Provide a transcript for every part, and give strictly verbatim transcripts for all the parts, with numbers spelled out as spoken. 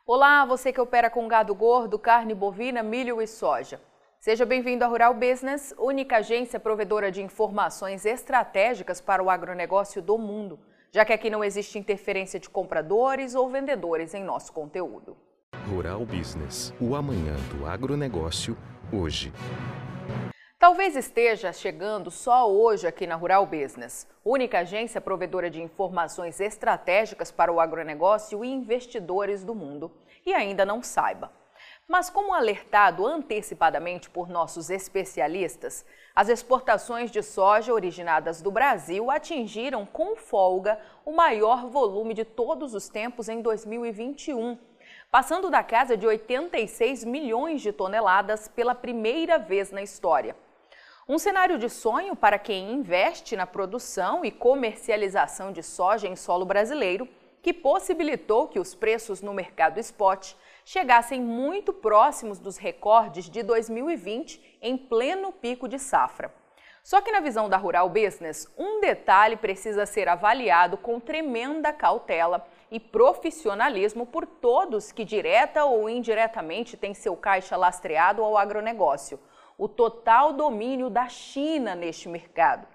Olá, você que opera com gado gordo, carne bovina, milho e soja. Seja bem-vindo à Rural Business, única agência provedora de informações estratégicas para o agronegócio do mundo, já que aqui não existe interferência de compradores ou vendedores em nosso conteúdo. Rural Business, o amanhã do agronegócio, hoje. Talvez esteja chegando só hoje aqui na Rural Business, única agência provedora de informações estratégicas para o agronegócio e investidores do mundo, e ainda não saiba. Mas como alertado antecipadamente por nossos especialistas, as exportações de soja originadas do Brasil atingiram com folga o maior volume de todos os tempos em dois mil e vinte e um, passando da casa de oitenta e seis milhões de toneladas pela primeira vez na história. Um cenário de sonho para quem investe na produção e comercialização de soja em solo brasileiro, que possibilitou que os preços no mercado spot chegassem muito próximos dos recordes de dois mil e vinte, em pleno pico de safra. Só que na visão da Rural Business, um detalhe precisa ser avaliado com tremenda cautela e profissionalismo por todos que direta ou indiretamente têm seu caixa lastreado ao agronegócio: o total domínio da China neste mercado.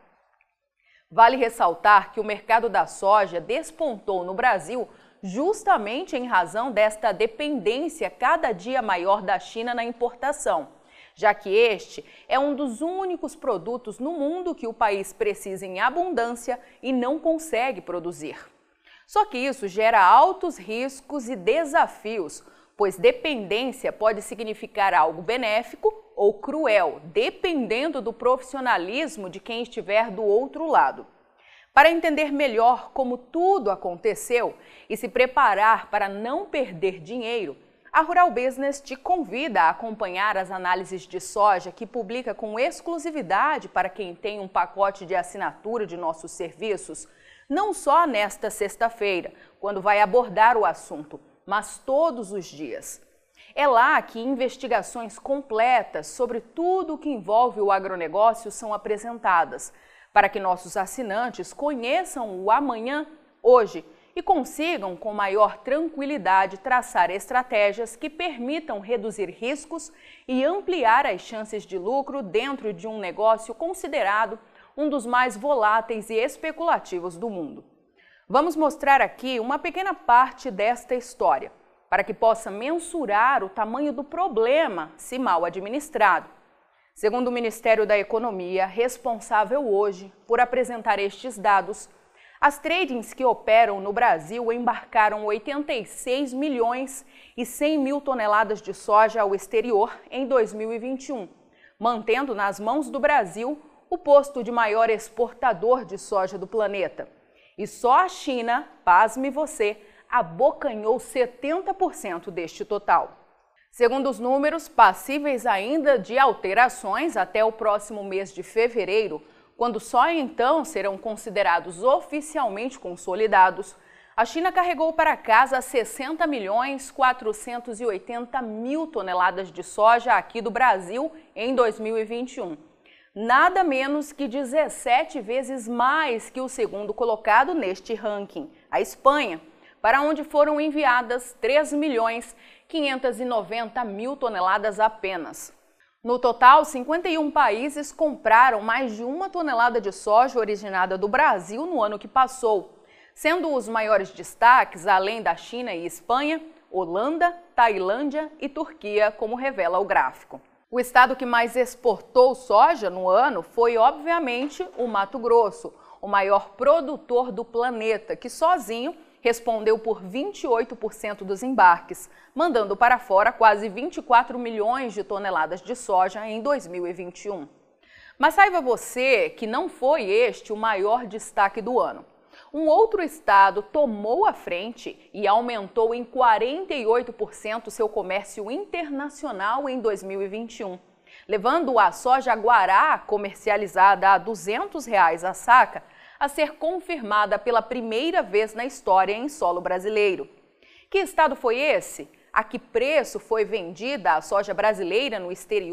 Vale ressaltar que o mercado da soja despontou no Brasil justamente em razão desta dependência cada dia maior da China na importação, já que este é um dos únicos produtos no mundo que o país precisa em abundância e não consegue produzir. Só que isso gera altos riscos e desafios, pois dependência pode significar algo benéfico ou cruel, dependendo do profissionalismo de quem estiver do outro lado. Para entender melhor como tudo aconteceu e se preparar para não perder dinheiro, a Rural Business te convida a acompanhar as análises de soja que publica com exclusividade para quem tem um pacote de assinatura de nossos serviços, não só nesta sexta-feira, quando vai abordar o assunto, mas todos os dias. É lá que investigações completas sobre tudo o que envolve o agronegócio são apresentadas, para que nossos assinantes conheçam o amanhã, hoje, e consigam com maior tranquilidade traçar estratégias que permitam reduzir riscos e ampliar as chances de lucro dentro de um negócio considerado um dos mais voláteis e especulativos do mundo. Vamos mostrar aqui uma pequena parte desta história, para que possa mensurar o tamanho do problema se mal administrado. Segundo o Ministério da Economia, responsável hoje por apresentar estes dados, as tradings que operam no Brasil embarcaram oitenta e seis milhões e cem mil toneladas de soja ao exterior em dois mil e vinte e um, mantendo nas mãos do Brasil o posto de maior exportador de soja do planeta. E só a China, pasme você, abocanhou setenta por cento deste total. Segundo os números, passíveis ainda de alterações até o próximo mês de fevereiro, quando só então serão considerados oficialmente consolidados, a China carregou para casa sessenta milhões quatrocentos e oitenta mil toneladas de soja aqui do Brasil em dois mil e vinte e um. Nada menos que dezessete vezes mais que o segundo colocado neste ranking, a Espanha, para onde foram enviadas três milhões quinhentos e noventa mil toneladas apenas. No total, cinquenta e um países compraram mais de uma tonelada de soja originada do Brasil no ano que passou, sendo os maiores destaques, além da China e Espanha, Holanda, Tailândia e Turquia, como revela o gráfico. O estado que mais exportou soja no ano foi, obviamente, o Mato Grosso, o maior produtor do planeta, que sozinho respondeu por vinte e oito por cento dos embarques, mandando para fora quase vinte e quatro milhões de toneladas de soja em dois mil e vinte e um. Mas saiba você que não foi este o maior destaque do ano. Um outro estado tomou a frente e aumentou em quarenta e oito por cento seu comércio internacional em dois mil e vinte e um, levando a soja guará, comercializada a duzentos reais a saca, a ser confirmada pela primeira vez na história em solo brasileiro. Que estado foi esse? A que preço foi vendida a soja brasileira no exterior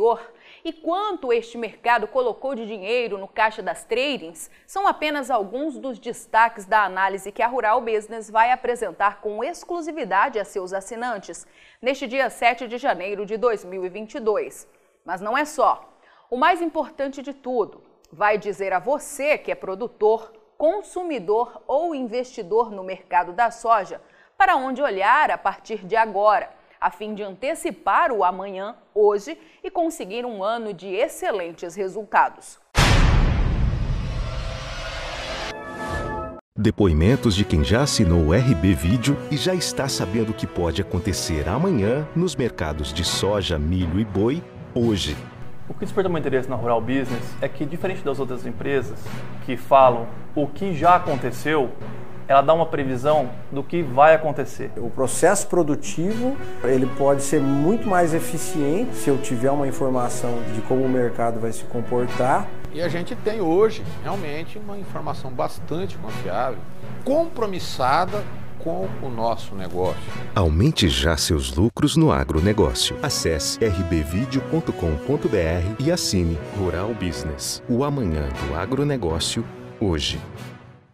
e quanto este mercado colocou de dinheiro no caixa das tradings são apenas alguns dos destaques da análise que a Rural Business vai apresentar com exclusividade a seus assinantes neste dia sete de janeiro de dois mil e vinte e dois. Mas não é só. O mais importante de tudo, vai dizer a você que é produtor, consumidor ou investidor no mercado da soja para onde olhar a partir de agora, a fim de antecipar o amanhã, hoje, e conseguir um ano de excelentes resultados. Depoimentos de quem já assinou o R B Vídeo e já está sabendo o que pode acontecer amanhã nos mercados de soja, milho e boi, hoje. O que desperta meu interesse na Rural Business é que, diferente das outras empresas que falam o que já aconteceu, ela dá uma previsão do que vai acontecer. O processo produtivo ele pode ser muito mais eficiente se eu tiver uma informação de como o mercado vai se comportar. E a gente tem hoje realmente uma informação bastante confiável, compromissada com o nosso negócio. Aumente já seus lucros no agronegócio. Acesse r b video ponto com ponto b r e assine Rural Business, o amanhã do agronegócio, hoje.